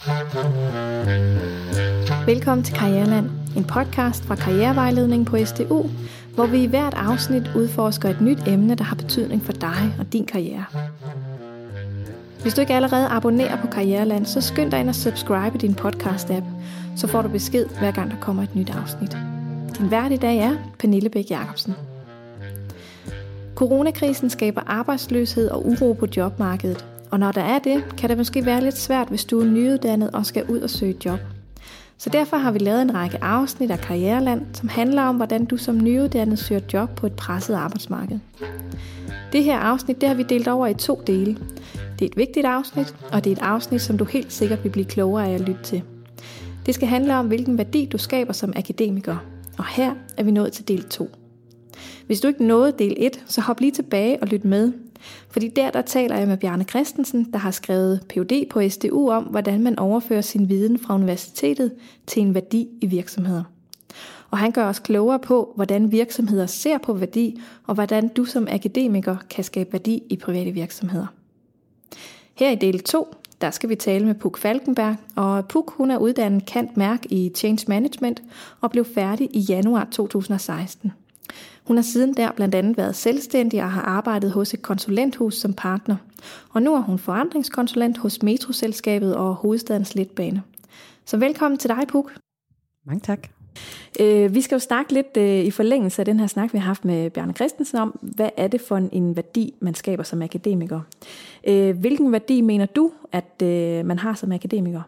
Velkommen til Karriereland, en podcast fra Karrierevejledning på SDU, hvor vi i hvert afsnit udforsker et nyt emne, der har betydning for dig og din karriere. Hvis du ikke allerede abonnerer på Karriereland, så skynd dig ind og subscribe i din podcast-app, så får du besked hver gang der kommer et nyt afsnit. Din vært i dag er Pernille Bæk Jacobsen. Coronakrisen skaber arbejdsløshed og uro på jobmarkedet, og når der er det, kan det måske være lidt svært, hvis du er nyuddannet og skal ud og søge job. Så derfor har vi lavet en række afsnit af Karriereland, som handler om, hvordan du som nyuddannet søger job på et presset arbejdsmarked. Det her afsnit, det har vi delt over i 2 dele. Det er et vigtigt afsnit, og det er et afsnit, som du helt sikkert vil blive klogere af at lytte til. Det skal handle om, hvilken værdi du skaber som akademiker. Og her er vi nået til del 2. Hvis du ikke nåede del 1, så hop lige tilbage og lyt med. Fordi der taler jeg med Bjarne Christensen, der har skrevet Ph.D. på SDU om, hvordan man overfører sin viden fra universitetet til en værdi i virksomheder. Og han gør os klogere på, hvordan virksomheder ser på værdi, og hvordan du som akademiker kan skabe værdi i private virksomheder. Her i del 2, der skal vi tale med Puk Falkenberg, og Puk hun er uddannet cand.merc i Change Management og blev færdig i januar 2016. Hun har siden der blandt andet været selvstændig og har arbejdet hos et konsulenthus som partner. Og nu er hun forandringskonsulent hos Metroselskabet og Hovedstadens Letbane. Så velkommen til dig, Puk. Mange tak. Vi skal jo snakke lidt i forlængelse af den her snak, vi har haft med Bjarne Christensen om, hvad er det for en værdi, man skaber som akademiker? Hvilken værdi mener du, at man har som akademiker?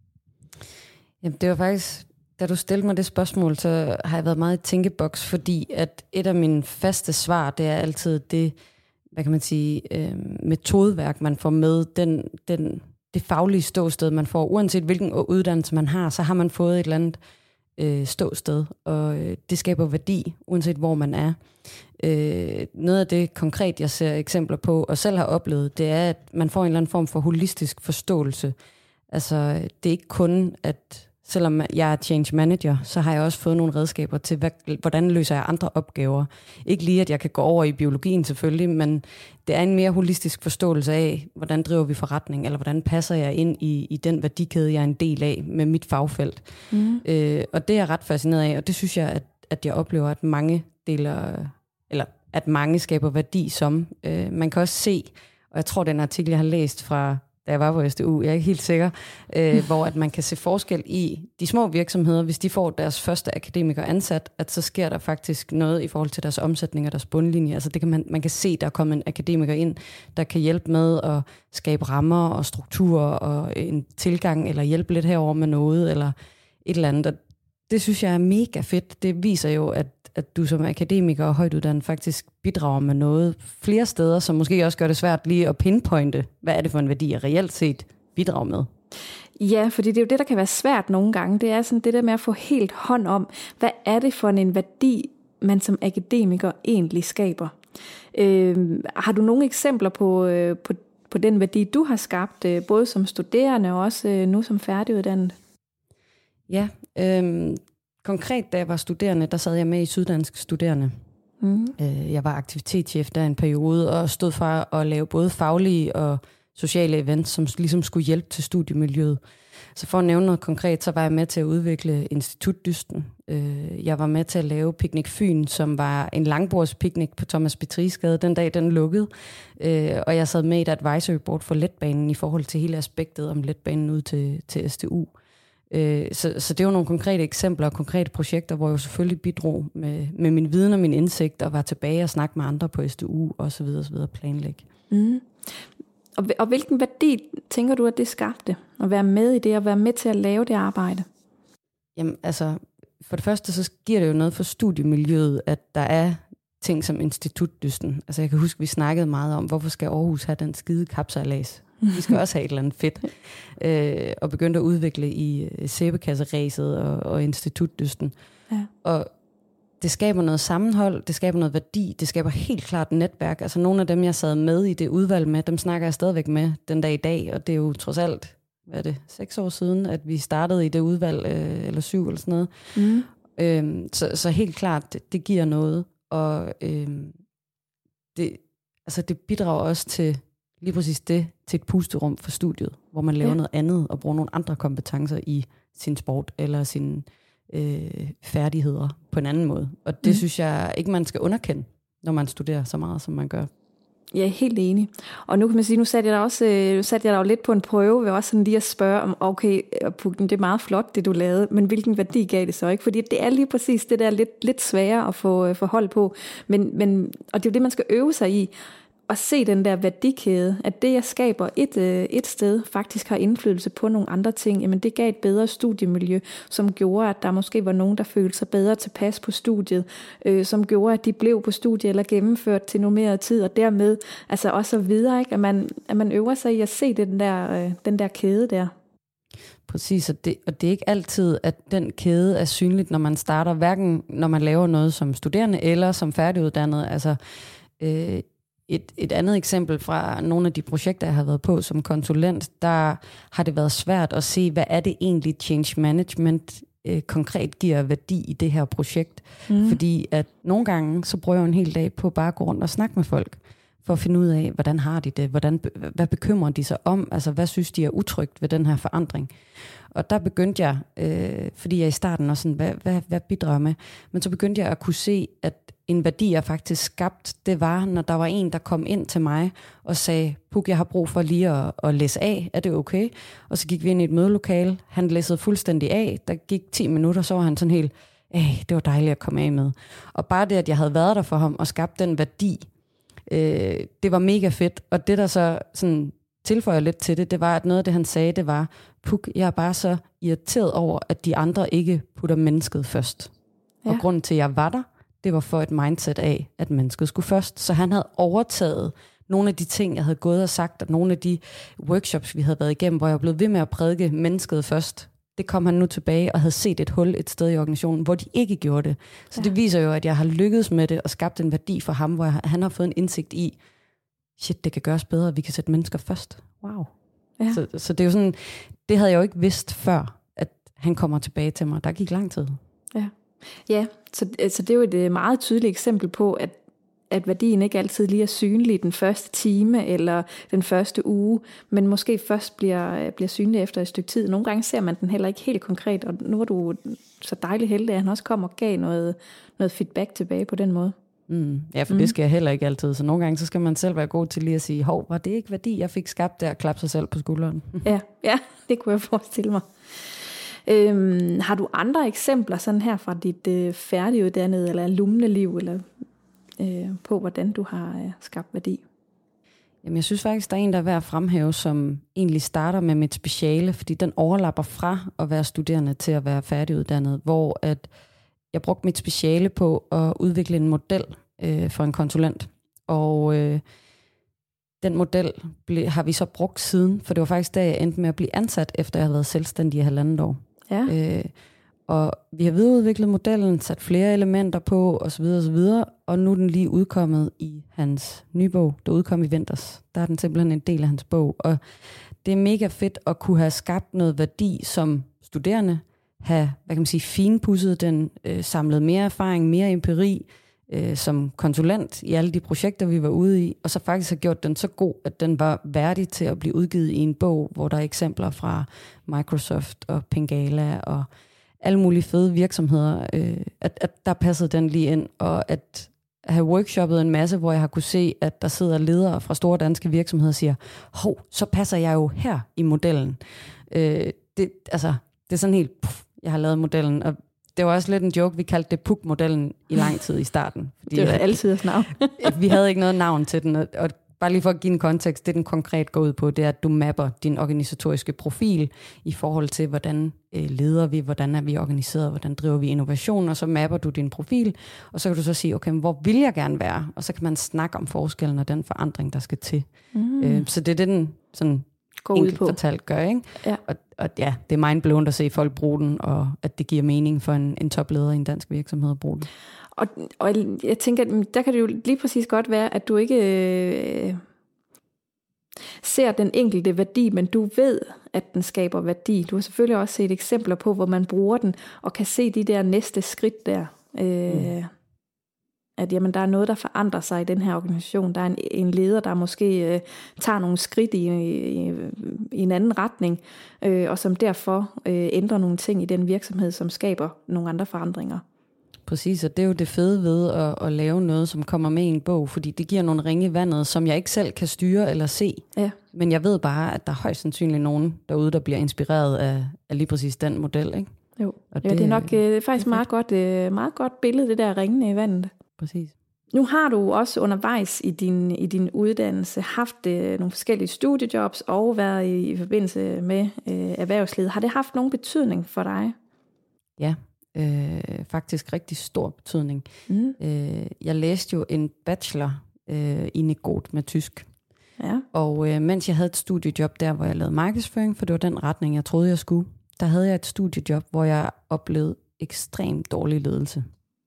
Jamen, det var faktisk, da du stillede mig det spørgsmål, så har jeg været meget i tænkeboks, fordi at et af mine faste svar, det er altid det, hvad kan man sige, metodeværk, man får med, det faglige ståsted, man får. Uanset hvilken uddannelse man har, så har man fået et eller andet ståsted, og det skaber værdi, uanset hvor man er. Noget af det konkret, jeg ser eksempler på, og selv har oplevet, det er, at man får en eller anden form for holistisk forståelse. Altså, det er ikke kun, at selvom jeg er change manager, så har jeg også fået nogle redskaber til, hvordan løser jeg andre opgaver. Ikke lige, at jeg kan gå over i biologien selvfølgelig, men det er en mere holistisk forståelse af, hvordan driver vi forretning, eller hvordan passer jeg ind i den værdikæde, jeg er en del af med mit fagfelt. Og det er jeg ret fascineret af, og det synes jeg, at jeg oplever, at mange deler, eller at mange skaber værdi som. Man kan også se, og jeg tror, den artikel, jeg har læst fra da jeg var på SDU, jeg er ikke helt sikker, hvor at man kan se forskel i de små virksomheder, hvis de får deres første akademiker ansat, at så sker der faktisk noget i forhold til deres omsætning og deres bundlinje. Altså det kan man kan se, der er kommet en akademiker ind, der kan hjælpe med at skabe rammer og strukturer og en tilgang, eller hjælpe lidt herover med noget, eller et eller andet. Og det synes jeg er mega fedt. Det viser jo, at du som akademiker og højtuddannet faktisk bidrager med noget flere steder, som måske også gør det svært lige at pinpointe, hvad er det for en værdi, jeg reelt set bidrager med. Ja, fordi det er jo det, der kan være svært nogle gange. Det er sådan det der med at få helt hånd om, hvad er det for en værdi, man som akademiker egentlig skaber. Har du nogle eksempler på den værdi, du har skabt, både som studerende og også nu som færdiguddannet? Ja, konkret, da jeg var studerende, der sad jeg med i Syddansk Studerende. Jeg var aktivitetschef der en periode, og stod for at lave både faglige og sociale events, som ligesom skulle hjælpe til studiemiljøet. Så for at nævne noget konkret, så var jeg med til at udvikle Institutdysten. Jeg var med til at lave Picnic Fyn, som var en langbordspicnic på Thomas Petrisgade, den dag den lukkede. Og jeg sad med i et advisory board for letbanen i forhold til hele aspektet om letbanen ud til SDU. Så det er jo nogle konkrete eksempler og konkrete projekter, hvor jeg selvfølgelig bidrog med min viden og min indsigt, og var tilbage og snakke med andre på SDU og så videre planlægge. Og hvilken værdi tænker du, at det skabte? At være med i det, og være med til at lave det arbejde? Jamen altså, for det første så giver det jo noget for studiemiljøet, at der er ting som Institutdysten. Altså jeg kan huske, vi snakkede meget om, hvorfor skal Aarhus have den skide kapsejlads? Vi skal også have et eller andet fedt. Og begyndte at udvikle i sæbekasseræset og Institutdysten. Ja. Og det skaber noget sammenhold, det skaber noget værdi, det skaber helt klart netværk. Altså nogle af dem, jeg sad med i det udvalg med, dem snakker jeg stadigvæk med den dag i dag. Og det er jo trods alt, 6 år siden, at vi startede i det udvalg, eller 7 eller sådan noget. Så helt klart, det giver noget. Og det bidrager også til lige præcis det til et pusterum for studiet, hvor man laver noget andet og bruger nogle andre kompetencer i sin sport eller sine færdigheder på en anden måde. Og det synes jeg ikke, man skal underkende, når man studerer så meget, som man gør. Jeg er helt enig. Og nu kan man sige, nu satte jeg dig jo lidt på en prøve ved også sådan lige at spørge om, okay, det er meget flot, det du lavede, men hvilken værdi gav det så ikke? Fordi det er lige præcis det der lidt sværere at få hold på. Men, og det er jo det, man skal øve sig i. At se den der værdikæde, at det, jeg skaber et sted, faktisk har indflydelse på nogle andre ting, jamen det gav et bedre studiemiljø, som gjorde, at der måske var nogen, der følte sig bedre tilpas på studiet, som gjorde, at de blev på studiet eller gennemført til normeret tid, og dermed altså også videre, ikke? At man øver sig i at se den der kæde der. Præcis, og det er ikke altid, at den kæde er synligt, når man starter, hverken når man laver noget som studerende eller som færdiguddannet. Altså, et andet eksempel fra nogle af de projekter, jeg har været på som konsulent, der har det været svært at se, hvad er det egentlig change management konkret giver værdi i det her projekt. Fordi at nogle gange, så bruger jeg en hel dag på bare at gå rundt og snakke med folk, for at finde ud af, hvordan har de det, hvad bekymrer de sig om, altså hvad synes de er utrygt ved den her forandring. Og der begyndte jeg, fordi jeg i starten også sådan, hvad bidrager med, men så begyndte jeg at kunne se, at en værdi, jeg faktisk skabt, det var, når der var en, der kom ind til mig og sagde, Puk, jeg har brug for lige at læse af, er det okay? Og så gik vi ind i et mødelokale, han læssede fuldstændig af, der gik 10 minutter, så var han sådan helt, det var dejligt at komme af med. Og bare det, at jeg havde været der for ham og skabt den værdi, det var mega fedt. Og det, der så sådan tilføjer lidt til det, det var, at noget af det, han sagde, det var, Puk, jeg er bare så irriteret over, at de andre ikke putter mennesket først. Ja. Og grunden til, at jeg var der, det var for et mindset af, at mennesket skulle først. Så han havde overtaget nogle af de ting, jeg havde gået og sagt, og nogle af de workshops, vi havde været igennem, hvor jeg blev ved med at prædike mennesket først. Det kom han nu tilbage og havde set et hul et sted i organisationen, hvor de ikke gjorde det. Så det viser jo, at jeg har lykkedes med det og skabt en værdi for ham, hvor han har fået en indsigt i, shit, det kan gøres bedre, vi kan sætte mennesker først. Wow. Ja. Så det er jo sådan, det havde jeg jo ikke vidst før, at han kommer tilbage til mig. Der gik lang tid. Ja, så det er jo et meget tydeligt eksempel på, at værdien ikke altid lige er synlig den første time eller den første uge, men måske først bliver synlig efter et stykke tid. Nogle gange ser man den heller ikke helt konkret, og nu er du så dejlig heldig, at han også kom og gav noget feedback tilbage på den måde. Ja, for det skal jeg heller ikke altid. Så nogle gange så skal man selv være god til lige at sige, hov, var det ikke værdi, jeg fik skabt der, og klappe sig selv på skulderen? Ja, det kunne jeg forestille mig. Har du andre eksempler sådan her fra dit færdiguddannede eller alumneliv, eller på hvordan du har skabt værdi? Jamen, jeg synes faktisk, der er en, der er værd at fremhæve, som egentlig starter med mit speciale, fordi den overlapper fra at være studerende til at være færdiguddannet, hvor at jeg brugte mit speciale på at udvikle en model for en konsulent. Og den model har vi så brugt siden, for det var faktisk da jeg endte med at blive ansat, efter jeg havde været selvstændig i 1,5 år. Ja. Og vi har videreudviklet modellen, sat flere elementer på osv. Og nu er den lige udkommet i hans nye bog, der udkom i vinters. Der er den simpelthen en del af hans bog. Og det er mega fedt at kunne have skabt noget værdi som studerende, have, finpudset den, samlet mere erfaring, mere empiri, som konsulent i alle de projekter, vi var ude i, og så faktisk har gjort den så god, at den var værdig til at blive udgivet i en bog, hvor der er eksempler fra Microsoft og Pengala og alle mulige fede virksomheder, at der passede den lige ind, og at have workshoppet en masse, hvor jeg har kunne se, at der sidder ledere fra store danske virksomheder og siger, hov, så passer jeg jo her i modellen. Det er sådan helt, jeg har lavet modellen, og det var også lidt en joke, vi kaldte det PUK-modellen i lang tid i starten. Fordi det var altid et navn. Vi havde ikke noget navn til den, og bare lige for at give en kontekst, det den konkret går ud på, det er, at du mapper din organisatoriske profil i forhold til, hvordan leder vi, hvordan er vi organiseret, hvordan driver vi innovation, og så mapper du din profil, og så kan du så sige, okay, hvor vil jeg gerne være? Og så kan man snakke om forskellen og den forandring, der skal til. Så det er det, den sådan enkelt fortalt gør, ikke? Ja. Og ja, det er mindblowing at se folk bruge den, og at det giver mening for en topleder i en dansk virksomhed at bruge den. Og jeg tænker, der kan det jo lige præcis godt være, at du ikke ser den enkelte værdi, men du ved, at den skaber værdi. Du har selvfølgelig også set eksempler på, hvor man bruger den, og kan se de der næste skridt der. at jamen, der er noget, der forandrer sig i den her organisation. Der er en leder, der måske tager nogle skridt i en anden retning, og som derfor ændrer nogle ting i den virksomhed, som skaber nogle andre forandringer. Præcis, og det er jo det fede ved at lave noget, som kommer med i en bog, fordi det giver nogle ringe i vandet, som jeg ikke selv kan styre eller se. Ja. Men jeg ved bare, at der er højst sandsynligt nogen derude, der bliver inspireret af lige præcis den model, ikke? Jo, og det er nok faktisk meget godt billede, det der ringende i vandet. Præcis. Nu har du også undervejs i din uddannelse haft nogle forskellige studiejobs og været i forbindelse med erhvervslivet. Har det haft nogen betydning for dig? Ja, faktisk rigtig stor betydning. Jeg læste jo en bachelor i Negot med tysk. Ja. Og mens jeg havde et studiejob der, hvor jeg lavede markedsføring, for det var den retning, jeg troede, jeg skulle, der havde jeg et studiejob, hvor jeg oplevede ekstremt dårlig ledelse.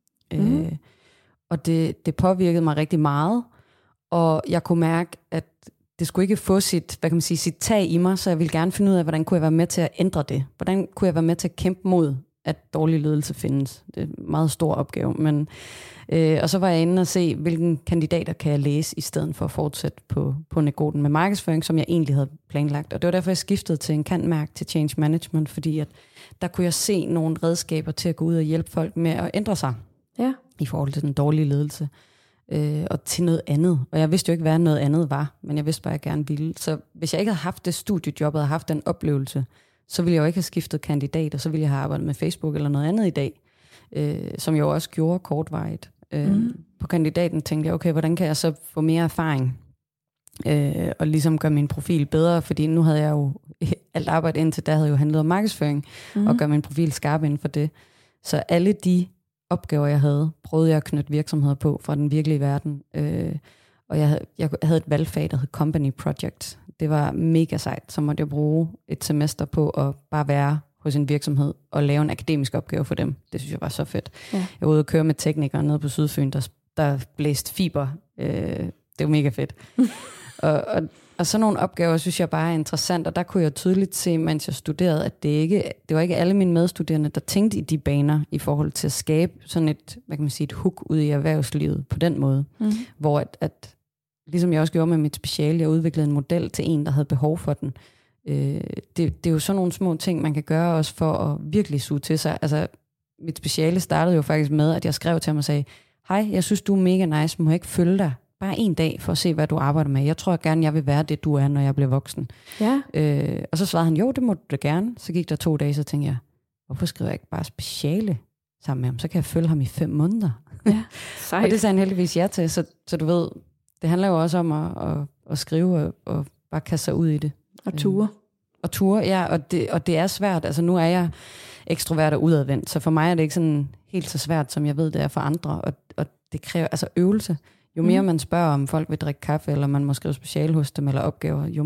Og det påvirkede mig rigtig meget, og jeg kunne mærke, at det skulle ikke få sit tag i mig, så jeg ville gerne finde ud af, hvordan kunne jeg være med til at ændre det? Hvordan kunne jeg være med til at kæmpe mod, at dårlig ledelse findes? Det er en meget stor opgave, men og så var jeg inde og se, hvilke kandidater kan jeg læse, i stedet for at fortsætte på Negoten med markedsføring, som jeg egentlig havde planlagt. Og det var derfor, jeg skiftede til en cand.merc til change management, fordi at der kunne jeg se nogle redskaber til at gå ud og hjælpe folk med at ændre sig i forhold til den dårlige ledelse og til noget andet. Og jeg vidste jo ikke, hvad noget andet var, men jeg vidste bare, at jeg gerne ville. Så hvis jeg ikke havde haft det studiejob og haft den oplevelse, så ville jeg jo ikke have skiftet kandidat, og så ville jeg have arbejdet med Facebook eller noget andet i dag, som jeg jo også gjorde kortvarigt. På kandidaten tænkte jeg, okay, hvordan kan jeg så få mere erfaring og ligesom gøre min profil bedre, fordi nu havde jeg jo alt arbejde indtil, der havde jo handlet om markedsføring, og gøre min profil skarp inden for det. Så alle de opgaver, jeg havde, prøvede jeg at knytte virksomheder på fra den virkelige verden. Og jeg havde et valgfag, der hed Company Project. Det var mega sejt, så måtte jeg bruge et semester på at bare være hos en virksomhed og lave en akademisk opgave for dem. Det synes jeg var så fedt. Ja. Jeg var ude og køre med teknikere nede på Sydfyn, der blæste fiber. Det var mega fedt. og sådan nogle opgaver synes jeg bare er interessant, og der kunne jeg tydeligt se, mens jeg studerede, at det var ikke alle mine medstuderende, der tænkte i de baner i forhold til at skabe sådan et hook ud i erhvervslivet på den måde, hvor at ligesom jeg også gjorde med mit speciale, jeg udviklede en model til en, der havde behov for den. Det er jo sådan nogle små ting, man kan gøre også for at virkelig suge til sig. Altså, mit speciale startede jo faktisk med, at jeg skrev til ham og sagde, hej, jeg synes, du er mega nice, må jeg ikke følge dig bare en dag for at se, hvad du arbejder med. Jeg tror gerne, jeg vil være det, du er, når jeg bliver voksen. Ja. Og så svarede han, jo, det må du da gerne. Så gik der 2 dage, så tænkte jeg, hvorfor skriver jeg ikke bare speciale sammen med ham? Så kan jeg følge ham i 5 måneder. Ja, og det sagde han heldigvis ja til, så du ved, det handler jo også om at skrive og bare kaste sig ud i det. Og ture. Og ture, ja, og det er svært. Altså nu er jeg ekstrovert og udadvendt, så for mig er det ikke sådan helt så svært, som jeg ved, det er for andre. Og det kræver altså øvelse. Jo mere man spørger, om folk vil drikke kaffe, eller man må skrive speciale hos dem, eller opgaver, jo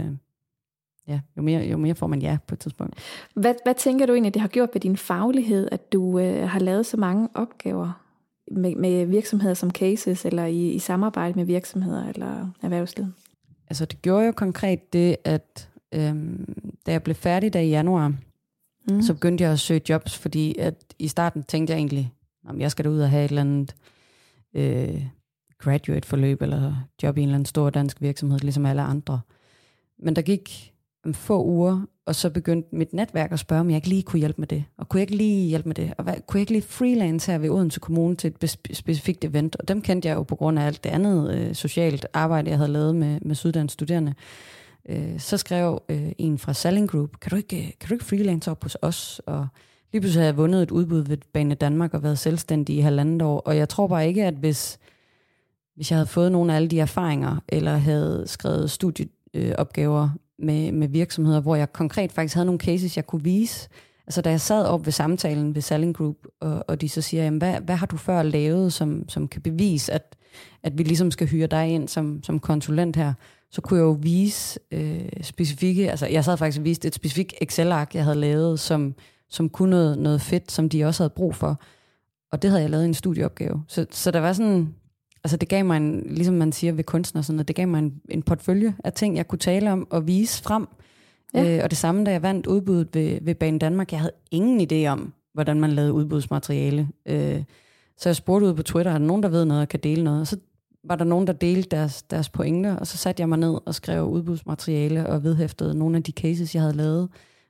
mere får man ja på et tidspunkt. Hvad tænker du egentlig, det har gjort ved din faglighed, at du har lavet så mange opgaver med virksomheder som cases, eller i samarbejde med virksomheder eller erhvervslivet? Altså det gjorde jo konkret det, at da jeg blev færdig der i januar, så begyndte jeg at søge jobs, fordi at i starten tænkte jeg egentlig, at jeg skal da ud og have et eller andet graduate-forløb, eller job i en eller anden stor dansk virksomhed, ligesom alle andre. Men der gik få uger, og så begyndte mit netværk at spørge, om jeg ikke lige kunne hjælpe med det. Og kunne jeg ikke lige hjælpe med det? Og kunne jeg ikke lige freelance her ved Odense Kommune til et specifikt event? Og dem kendte jeg jo på grund af alt det andet socialt arbejde, jeg havde lavet med Syddansk Studerende. Så skrev en fra Selling Group, kan du ikke freelance op hos os? Og lige pludselig havde jeg vundet et udbud ved Banedanmark og været selvstændig i 1,5 år. Og jeg tror bare ikke, at hvis jeg havde fået nogle af alle de erfaringer, eller havde skrevet studieopgaver med virksomheder, hvor jeg konkret faktisk havde nogle cases, jeg kunne vise. Altså da jeg sad op ved samtalen ved Selling Group, og de så siger, jamen, hvad har du før lavet, som kan bevise, at vi ligesom skal hyre dig ind som konsulent her, så kunne jeg jo vise specifikke, altså jeg sad faktisk og viste et specifikt Excel-ark, jeg havde lavet, som kunne noget fedt, som de også havde brug for. Og det havde jeg lavet i en studieopgave. Så der var sådan, altså det gav mig ligesom man siger ved kunstner, sådan, at det gav mig en portefølje af ting, jeg kunne tale om og vise frem. Ja. Og det samme, da jeg vandt udbuddet ved Banedanmark, jeg havde ingen idé om, hvordan man lavede udbudsmateriale. Så jeg spurgte ud på Twitter, er der nogen, der ved noget og kan dele noget? Og så var der nogen, der delte deres pointer, og så satte jeg mig ned og skrev udbudsmateriale og vedhæftede nogle af de cases, jeg havde lavet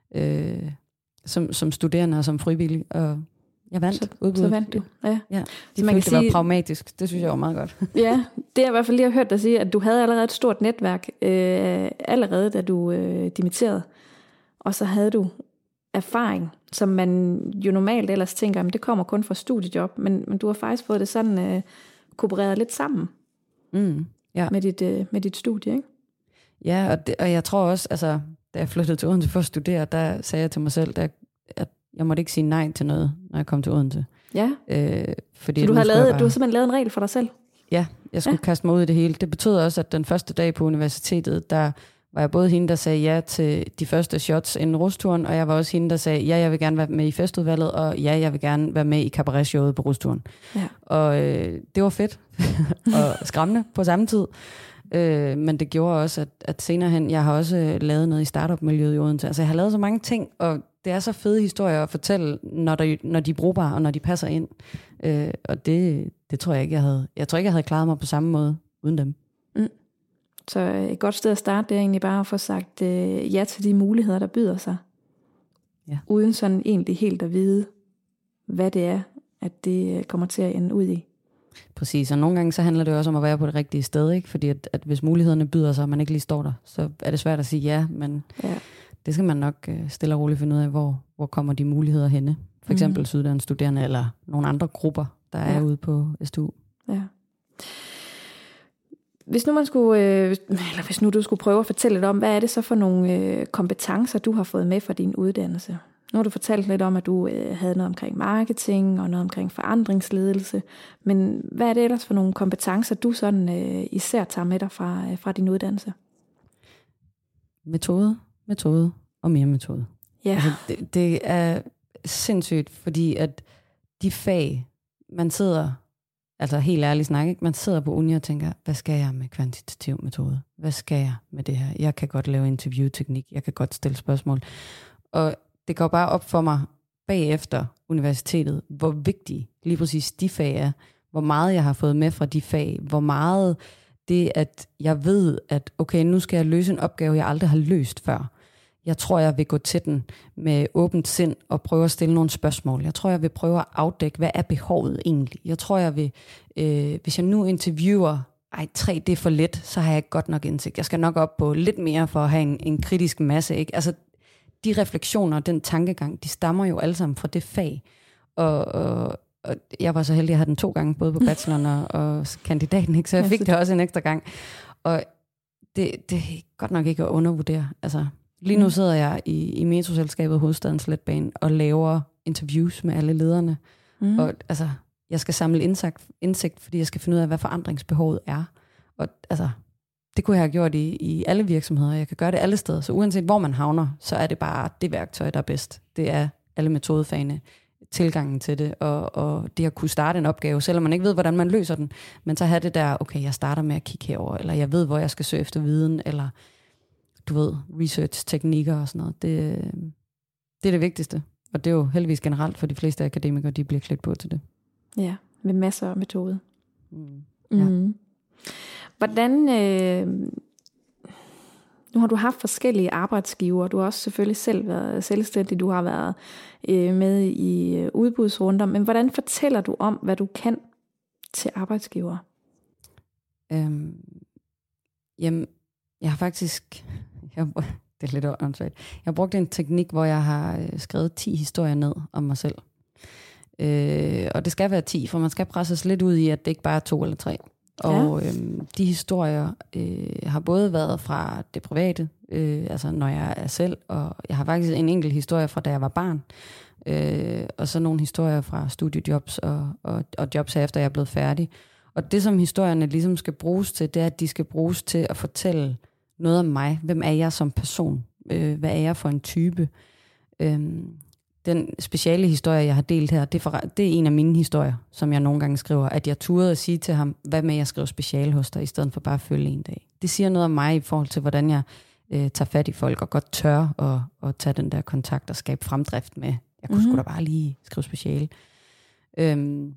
som studerende og som frivillig. Og jeg vandt udbuddet. Så vandt du, ja. De følte, det var pragmatisk. Det synes jeg var meget godt. Ja, det er i hvert fald lige hørt dig sige, at du havde allerede et stort netværk, allerede da du dimitterede. Og så havde du erfaring, som man jo normalt ellers tænker, at det kommer kun fra studiejob, men du har faktisk fået det sådan koopereret lidt sammen med dit studie, ikke? Ja, og jeg tror også, altså, da jeg flyttede til Odense for at studere, der sagde jeg til mig selv, at jeg måtte ikke sige nej til noget, når jeg kom til Odense. Ja, fordi så du har simpelthen lavet en regel for dig selv? Ja, jeg skulle kaste mig ud i det hele. Det betød også, at den første dag på universitetet, der var jeg både hende, der sagde ja til de første shots inden rusturen, og jeg var også hende, der sagde, ja, jeg vil gerne være med i festudvalget, og ja, jeg vil gerne være med i cabaret-showet på rusturen. Ja. Og det var fedt og skræmmende på samme tid. Men det gjorde også, at senere hen, jeg har også lavet noget i startup-miljøet i Odense. Altså jeg har lavet så mange ting, og det er så fede historier at fortælle, når de er brugbare, og når de passer ind. Og det tror jeg ikke, jeg tror ikke, jeg havde klaret mig på samme måde uden dem. Så et godt sted at starte, det er egentlig bare at få sagt ja til de muligheder, der byder sig. Ja. Uden sådan egentlig helt at vide, hvad det er, at det kommer til at ende ud i. Præcis, og nogle gange så handler det også om at være på det rigtige sted, ikke? Fordi at hvis mulighederne byder sig, og man ikke lige står der, så er det svært at sige ja, men det skal man nok stille og roligt finde ud af, hvor kommer de muligheder henne. For eksempel Syddansk Studerende eller nogle andre grupper, der er ude på SDU. Ja. Hvis nu du skulle prøve at fortælle lidt om, hvad er det så for nogle kompetencer, du har fået med fra din uddannelse? Nu har du fortalt lidt om, at du havde noget omkring marketing og noget omkring forandringsledelse. Men hvad er det ellers for nogle kompetencer, du sådan især tager med dig fra din uddannelse? Metode og mere metode. Ja. Altså, det er sindssygt, fordi at de fag, man sidder, altså helt ærligt snak, ikke? Man sidder på uni og tænker, hvad skal jeg med kvantitativ metode? Hvad skal jeg med det her? Jeg kan godt lave interviewteknik, jeg kan godt stille spørgsmål. Og det går bare op for mig bagefter universitetet, hvor vigtige lige præcis de fag er, hvor meget jeg har fået med fra de fag, hvor meget det, at jeg ved, at okay, nu skal jeg løse en opgave, jeg aldrig har løst før. Jeg tror, jeg vil gå til den med åbent sind og prøve at stille nogle spørgsmål. Jeg tror, jeg vil prøve at afdække, hvad er behovet egentlig? Jeg tror, jeg vil, hvis jeg nu interviewer, 3 det er for let, så har jeg ikke godt nok indsigt. Jeg skal nok op på lidt mere for at have en kritisk masse, ikke? Altså, de refleksioner og den tankegang, de stammer jo alle sammen fra det fag. Og jeg var så heldig, at jeg havde den 2 gange, både på bacheloren og kandidaten, ikke? Så jeg fik det også en ekstra gang. Og det er godt nok ikke at undervurdere. Altså, lige nu sidder jeg i metroselskabet Hovedstadens Letbane og laver interviews med alle lederne. Og altså, jeg skal samle indsigt, fordi jeg skal finde ud af, hvad forandringsbehovet er. Og altså, det kunne jeg have gjort i alle virksomheder. Jeg kan gøre det alle steder. Så uanset hvor man havner, så er det bare det værktøj, der er bedst. Det er alle metodefagene, tilgangen til det, og det at kunne starte en opgave, selvom man ikke ved, hvordan man løser den. Men så have det der, okay, jeg starter med at kigge herover, eller jeg ved, hvor jeg skal søge efter viden, eller du ved, research-teknikker og sådan noget. Det er det vigtigste. Og det er jo heldigvis generelt for de fleste akademikere, de bliver klædt på til det. Ja, med masser af metode. Ja. Hvordan, nu har du haft forskellige arbejdsgiver, du har også selvfølgelig selv været selvstændig, du har været med i udbudsrunder, men hvordan fortæller du om, hvad du kan til arbejdsgiver? Jamen, jeg har faktisk, det er lidt åndssvagt, jeg har brugt en teknik, hvor jeg har skrevet 10 historier ned om mig selv. Og det skal være 10, for man skal presses lidt ud i, at det ikke bare er 2 eller 3. Og de historier har både været fra det private, altså når jeg er selv, og jeg har faktisk en enkelt historie fra da jeg var barn, og så nogle historier fra studiejobs og jobs efter jeg er blevet færdig. Og det som historierne ligesom skal bruges til, det er, at de skal bruges til at fortælle noget om mig. Hvem er jeg som person? Hvad er jeg for en type? Den speciale historie, jeg har delt her, det er en af mine historier, som jeg nogle gange skriver, at jeg turde at sige til ham, hvad med jeg skriver speciale hos dig, i stedet for bare at følge en dag. Det siger noget om mig i forhold til, hvordan jeg tager fat i folk, og godt tør at tage den der kontakt og skabe fremdrift med. Jeg kunne sgu da bare lige skrive speciale.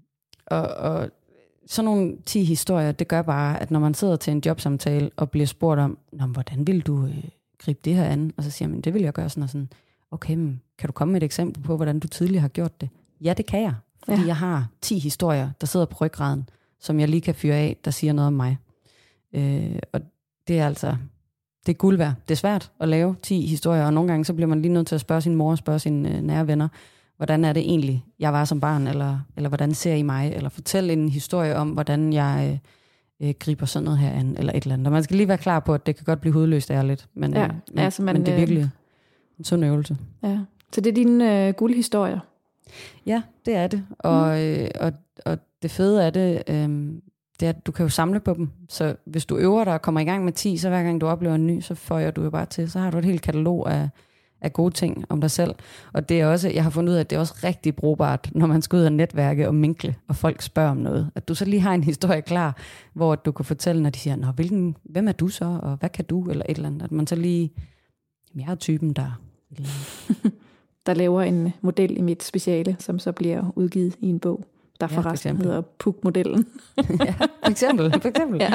Og sådan nogle 10 historier, det gør bare, at når man sidder til en jobsamtale og bliver spurgt om, hvordan vil du gribe det her an? Og så siger man, det vil jeg gøre sådan og sådan. Okay, men kan du komme med et eksempel på, hvordan du tidligere har gjort det? Ja, det kan jeg. Fordi jeg har 10 historier, der sidder på ryggraden, som jeg lige kan fyre af, der siger noget om mig. Og det er altså, det er guld værd. Det er svært at lave 10 historier, og nogle gange så bliver man lige nødt til at spørge sin mor og spørge sine nære venner, hvordan er det egentlig, jeg var som barn, eller hvordan ser I mig, eller fortæl en historie om, hvordan jeg griber sådan noget her an, eller et eller andet. Og man skal lige være klar på, at det kan godt blive hudløst ærligt, men det er virkelig en sund øvelse. Ja. Så det er dine guldhistorier? Ja, det er det. Og det fede af det, det er, at du kan jo samle på dem. Så hvis du øver dig og kommer i gang med 10, så hver gang du oplever en ny, så føjer du jo bare til. Så har du et helt katalog af gode ting om dig selv. Og det er også, jeg har fundet ud af, at det er også rigtig brugbart, når man skal ud og netværke og minkle, og folk spørger om noget. At du så lige har en historie klar, hvor du kan fortælle, når de siger, hvem er du så, og hvad kan du, eller et eller andet. At man så lige, jeg er typen, der der laver en model i mit speciale, som så bliver udgivet i en bog, der forresten hedder Puk-modellen. Ja, for eksempel. Ja.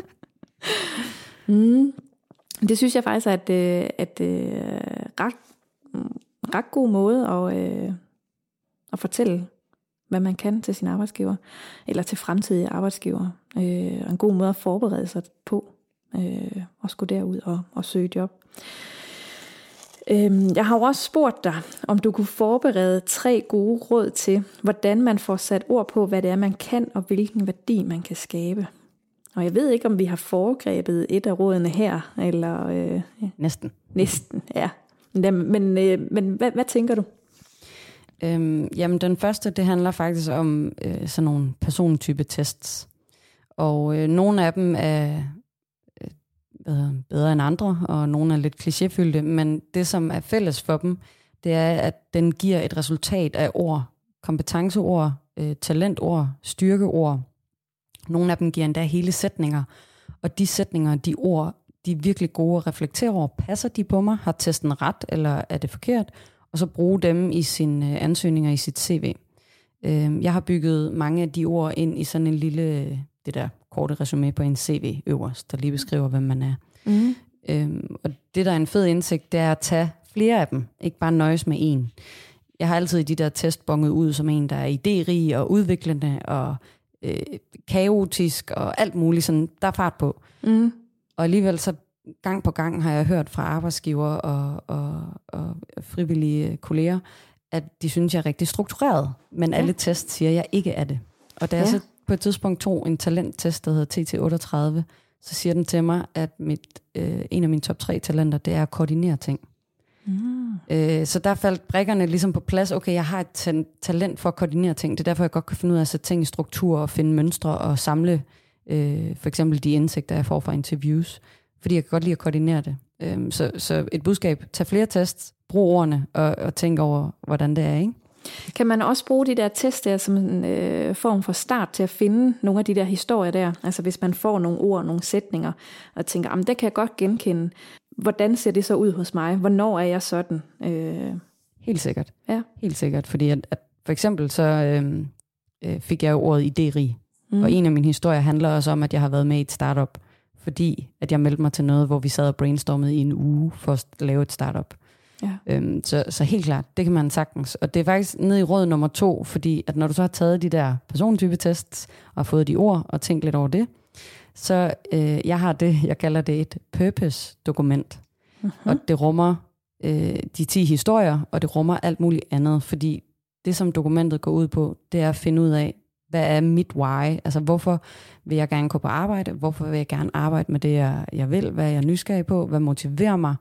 Det synes jeg faktisk er et ret god måde at fortælle, hvad man kan til sin arbejdsgiver, eller til fremtidige arbejdsgivere. En god måde at forberede sig på, at skulle derud og søge job. Jeg har jo også spurgt dig, om du kunne forberede 3 gode råd til, hvordan man får sat ord på, hvad det er, man kan, og hvilken værdi man kan skabe. Og jeg ved ikke, om vi har foregrebet et af rådene her, eller... Næsten, ja. Men hvad tænker du? Jamen, den første, det handler faktisk om sådan nogle persontype tests. Og nogle af dem er bedre end andre, og nogle er lidt klichéfyldte, men det, som er fælles for dem, det er, at den giver et resultat af ord, kompetenceord, talentord, styrkeord. Nogle af dem giver endda hele sætninger, og de sætninger, de ord, de er virkelig gode at reflektere over. Passer de på mig? Har testen ret, eller er det forkert? Og så bruge dem i sine ansøgninger i sit CV. Jeg har bygget mange af de ord ind i sådan en lille, det der korte resume på en CV øverst, der lige beskriver, hvem man er. Og det, der er en fed indsigt, det er at tage flere af dem, ikke bare nøjes med en. Jeg har altid i de der test bonget ud som en, der er idérig og udviklende og kaotisk og alt muligt, sådan, der er fart på. Og alligevel så gang på gang har jeg hørt fra arbejdsgiver og frivillige kolleger, at de synes, jeg er rigtig struktureret, men alle tests siger, at jeg ikke er det. Og da jeg så på et tidspunkt tog en talenttest, der hedder TT38, så siger den til mig, at en af mine top 3 talenter, det er at koordinere ting. Så der faldt brikkerne ligesom på plads. Okay, jeg har et talent for at koordinere ting. Det er derfor, jeg godt kan finde ud af at sætte ting i struktur og finde mønstre og samle for eksempel de indsigter, jeg får fra interviews. Fordi jeg kan godt lide at koordinere det. Så et budskab, tag flere tests, brug ordene og tænk over, hvordan det er, ikke? Kan man også bruge de der tests der som en form for start til at finde nogle af de der historier der? Altså hvis man får nogle ord, nogle sætninger, og tænker, jamen det kan jeg godt genkende. Hvordan ser det så ud hos mig? Hvornår er jeg sådan? Helt sikkert. Ja. Helt sikkert, fordi at for eksempel så fik jeg jo ordet idérig. Og en af mine historier handler også om, at jeg har været med i et startup, fordi at jeg meldte mig til noget, hvor vi sad og brainstormede i en uge for at lave et startup. Ja. Så helt klart, det kan man sagtens. Og det er faktisk nede i råd nummer 2, fordi at når du så har taget de der persontype-tests og fået de ord og tænkt lidt over det, så jeg har det, jeg kalder det et purpose-dokument. Og det rummer de 10 historier, og det rummer alt muligt andet, fordi det, som dokumentet går ud på, det er at finde ud af, hvad er mit why? Altså, hvorfor vil jeg gerne gå på arbejde? Hvorfor vil jeg gerne arbejde med det, jeg vil? Hvad er jeg nysgerrig på? Hvad motiverer mig?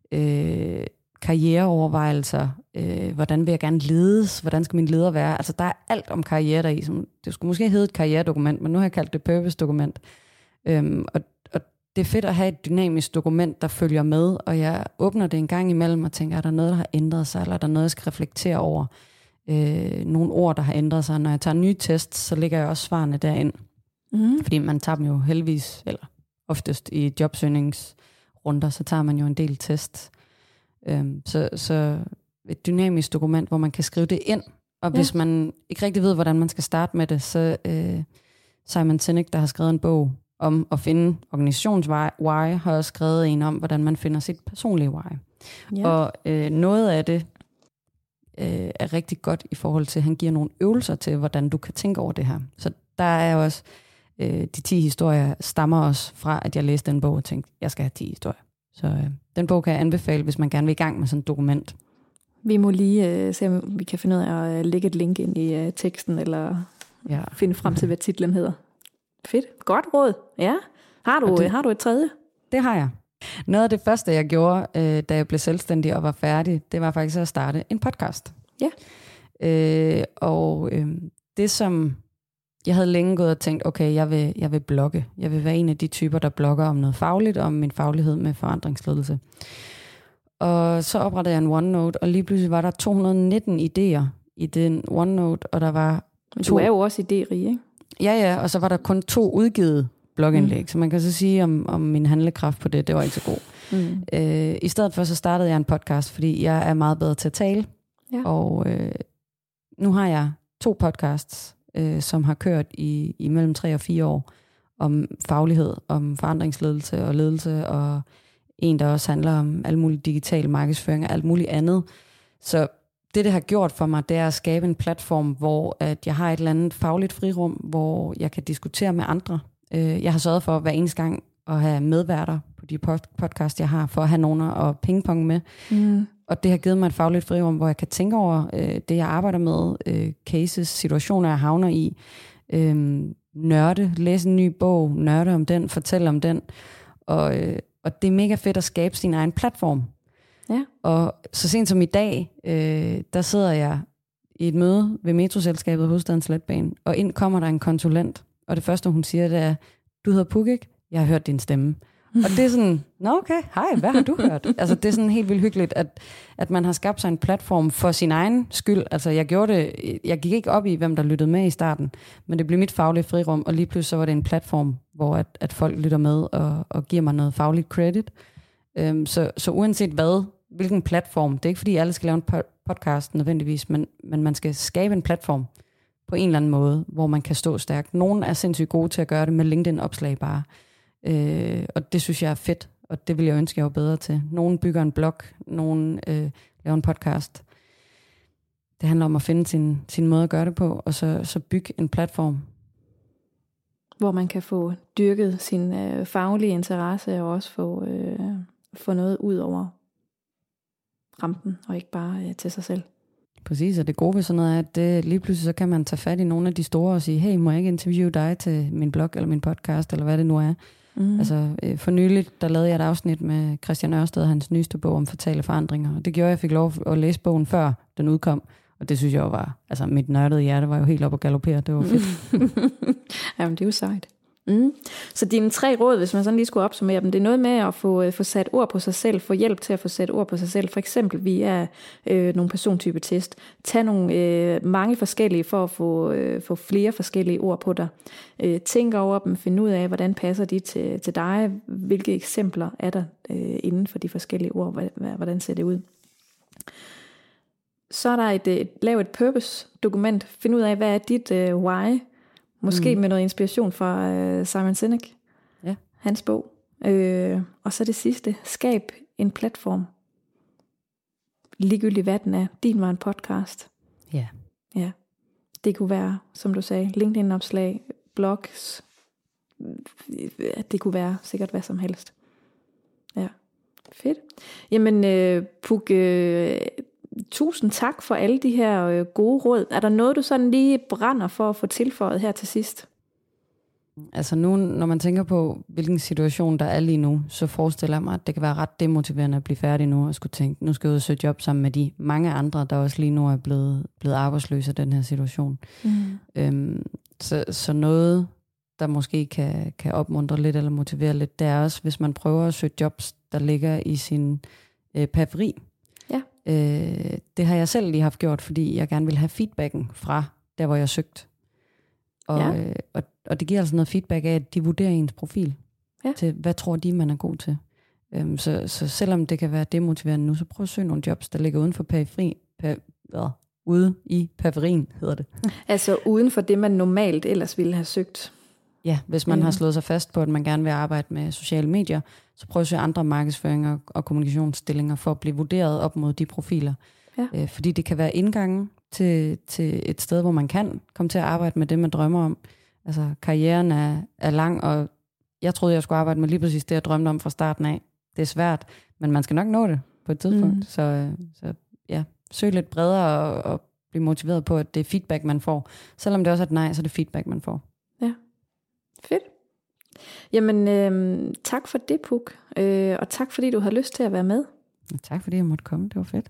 Karriereovervejelser. Hvordan vil jeg gerne ledes? Hvordan skal min leder være? Altså, der er alt om karriere deri. Det skulle måske hedde et karrieredokument, men nu har jeg kaldt det purpose-dokument. Og det er fedt at have et dynamisk dokument, der følger med, og jeg åbner det en gang imellem og tænker, er der noget, der har ændret sig, eller er der noget, jeg skal reflektere over? Nogle ord, der har ændret sig. Når jeg tager nye tests, så lægger jeg også svarene derind. Fordi man tager dem jo heldigvis, eller oftest i jobsøgningsrunder, så tager man jo en del tests. Så et dynamisk dokument, hvor man kan skrive det ind, Og hvis man ikke rigtig ved, hvordan man skal starte med det, så Simon Sinek, der har skrevet en bog om at finde organisationswhy, har også skrevet en om, hvordan man finder sit personlige why. Ja. Og noget af det er rigtig godt i forhold til, at han giver nogle øvelser til, hvordan du kan tænke over det her. Så der er også, de 10 historier stammer også fra, at jeg læste den bog og tænkte, jeg skal have 10 historier. Så den bog kan jeg anbefale, hvis man gerne vil i gang med sådan et dokument. Vi må lige se, om vi kan finde ud af at lægge et link ind i teksten, eller finde frem til, hvad titlen hedder. Fedt. Godt råd. Ja. Har du et tredje? Det har jeg. Noget af det første, jeg gjorde, da jeg blev selvstændig og var færdig, det var faktisk at starte en podcast. Ja. Det som jeg havde længe gået og tænkt, okay, jeg vil blogge. Jeg vil være en af de typer, der blogger om noget fagligt, om min faglighed med forandringsledelse. Og så oprettede jeg en OneNote, og lige pludselig var der 219 idéer i den OneNote, og der var... Du er jo også idérig, ikke? Ja, og så var der kun 2 udgivet blogindlæg, så man kan så sige om min handlekraft på det var ikke så god. I stedet for så startede jeg en podcast, fordi jeg er meget bedre til at tale, og nu har jeg 2 podcasts, som har kørt i mellem 3 og 4 år, om faglighed, om forandringsledelse og ledelse, og en, der også handler om alt muligt digital markedsføring og alt muligt andet. Så det har gjort for mig, det er at skabe en platform, hvor at jeg har et eller andet fagligt frirum, hvor jeg kan diskutere med andre. Jeg har sørget for hver eneste gang at have medværter på de podcast, jeg har, for at have nogen at pingpong med. Og det har givet mig et fagligt frirum, hvor jeg kan tænke over det, jeg arbejder med, cases, situationer, jeg havner i, nørde, læse en ny bog, nørde om den, fortælle om den. Og det er mega fedt at skabe sin egen platform. Ja. Og så sent som i dag, der sidder jeg i et møde ved Metroselskabet Hovedstadens Letbane, og ind kommer der en konsulent, og det første hun siger, det er, du hedder Puk, ikke? Jeg har hørt din stemme. Og det er sådan, nå okay, hej, hvad har du hørt? Altså det er sådan helt vildt hyggeligt, at man har skabt sig en platform for sin egen skyld. Altså jeg gik ikke op i, hvem der lyttede med i starten, men det blev mit faglige frirum, og lige pludselig så var det en platform, hvor at folk lytter med og giver mig noget fagligt credit. Så uanset hvilken platform, det er ikke fordi alle skal lave en podcast nødvendigvis, men man skal skabe en platform på en eller anden måde, hvor man kan stå stærkt. Nogle er sindssygt gode til at gøre det med LinkedIn-opslag bare. Og det synes jeg er fedt, og det vil jeg ønske, jeg var bedre til. Nogle bygger en blog, nogle laver en podcast. Det handler om at finde sin måde at gøre det på, og så bygge en platform. Hvor man kan få dyrket sin faglige interesse, og også få noget ud over rampen, og ikke bare til sig selv. Præcis, og det gode ved sådan noget er, at det, lige pludselig så kan man tage fat i nogle af de store og sige, hey, må jeg ikke interviewe dig til min blog eller min podcast, eller hvad det nu er. Altså for nyligt, der lavede jeg et afsnit med Christian Ørsted, hans nyeste bog om fatale forandringer, og det gjorde, at jeg fik lov at læse bogen før den udkom, og det synes jeg var, altså mit nørdede hjerte var jo helt op at galoppere, det var fedt. Jamen det er jo sejt. Så dine 3 råd, hvis man sådan lige skulle opsummere dem, det er noget med at få sat ord på sig selv, få hjælp til at få sat ord på sig selv, for eksempel via nogle persontype test, tag nogle mange forskellige for at få flere forskellige ord på dig, tænk over dem, find ud af, hvordan passer de til dig, hvilke eksempler er der inden for de forskellige ord, hvordan ser det ud. Så er der lav et purpose-dokument, find ud af, hvad er dit why. Måske med noget inspiration fra Simon Sinek, hans bog. Og så det sidste, skab en platform. Ligegyldigt hvad den er. Din var en podcast. Ja. Det kunne være, som du sagde, LinkedIn-opslag, blogs. Det kunne være sikkert hvad som helst. Ja, fedt. Jamen, Puk, tusind tak for alle de her gode råd. Er der noget, du sådan lige brænder for at få tilføjet her til sidst? Altså nu, når man tænker på, hvilken situation der er lige nu, så forestiller jeg mig, at det kan være ret demotiverende at blive færdig nu, og skulle tænke, nu skal jeg ud og søge job sammen med de mange andre, der også lige nu er blevet arbejdsløse af den her situation. Så noget, der måske kan opmuntre lidt eller motivere lidt, det er også, hvis man prøver at søge jobs, der ligger i sin periferi. Ja. Det har jeg selv lige haft gjort, fordi jeg gerne vil have feedbacken fra der, hvor jeg søgte. Og det giver altså noget feedback af, at de vurderer ens profil til, hvad tror de, man er god til. Så selvom det kan være demotiverende nu, så prøv at søge nogle jobs, der ligger uden for ude i periferien, hedder det. Altså uden for det, man normalt ellers ville have søgt. Ja, hvis man har slået sig fast på, at man gerne vil arbejde med sociale medier, så prøv at søge andre markedsføringer og kommunikationsstillinger for at blive vurderet op mod de profiler. Ja. Fordi det kan være indgangen til et sted, hvor man kan komme til at arbejde med det, man drømmer om. Altså karrieren er lang, og jeg troede, jeg skulle arbejde med lige præcis det, jeg drømte om fra starten af. Det er svært, men man skal nok nå det på et tidspunkt. Så ja, søg lidt bredere og blive motiveret på, at det er feedback, man får. Selvom det også er et nej, så er det feedback, man får. Ja, fedt. Jamen, tak for det, Puk. Og tak, fordi du har lyst til at være med. Tak, fordi jeg måtte komme. Det var fedt.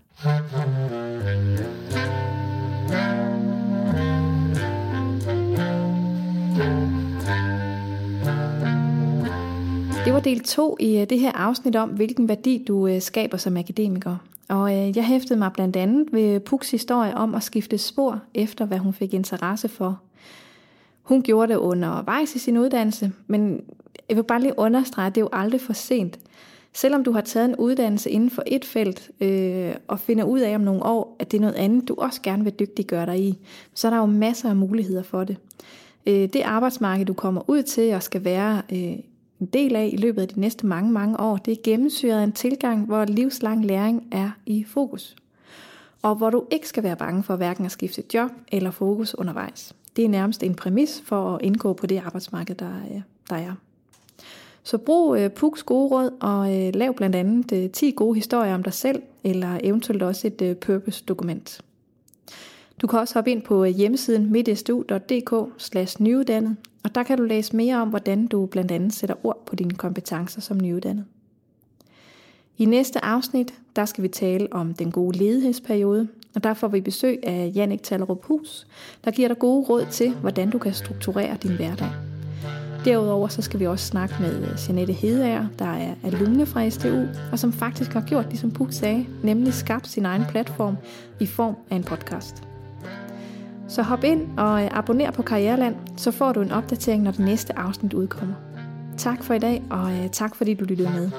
Det var del 2 i det her afsnit om, hvilken værdi du skaber som akademiker. Og jeg hæftede mig blandt andet ved Puks historie om at skifte spor efter, hvad hun fik interesse for. Hun gjorde det undervejs i sin uddannelse, men jeg vil bare lige understrege, at det er jo aldrig for sent. Selvom du har taget en uddannelse inden for et felt, og finder ud af om nogle år, at det er noget andet, du også gerne vil dygtiggøre dig i, så er der jo masser af muligheder for det. Det arbejdsmarked, du kommer ud til og skal være en del af i løbet af de næste mange, mange år, det er gennemsyret af en tilgang, hvor livslang læring er i fokus. Og hvor du ikke skal være bange for hverken at skifte job eller fokus undervejs. Det er nærmest en præmis for at indgå på det arbejdsmarked, der er. Så brug Puks gode råd og lav blandt andet 10 gode historier om dig selv, eller eventuelt også et purpose-dokument. Du kan også hoppe ind på hjemmesiden mitstu.dk/nyuddannet, og der kan du læse mere om, hvordan du blandt andet sætter ord på dine kompetencer som nyuddannet. I næste afsnit, der skal vi tale om den gode ledighedsperiode, og der får vi besøg af Jannik Tallerup Hus, der giver dig gode råd til, hvordan du kan strukturere din hverdag. Derudover så skal vi også snakke med Jeanette Hedager, der er alumne fra SDU, og som faktisk har gjort, ligesom Puk sagde, nemlig skabt sin egen platform i form af en podcast. Så hop ind og abonner på Karriereland, så får du en opdatering, når det næste afsnit udkommer. Tak for i dag, og tak fordi du lyttede med.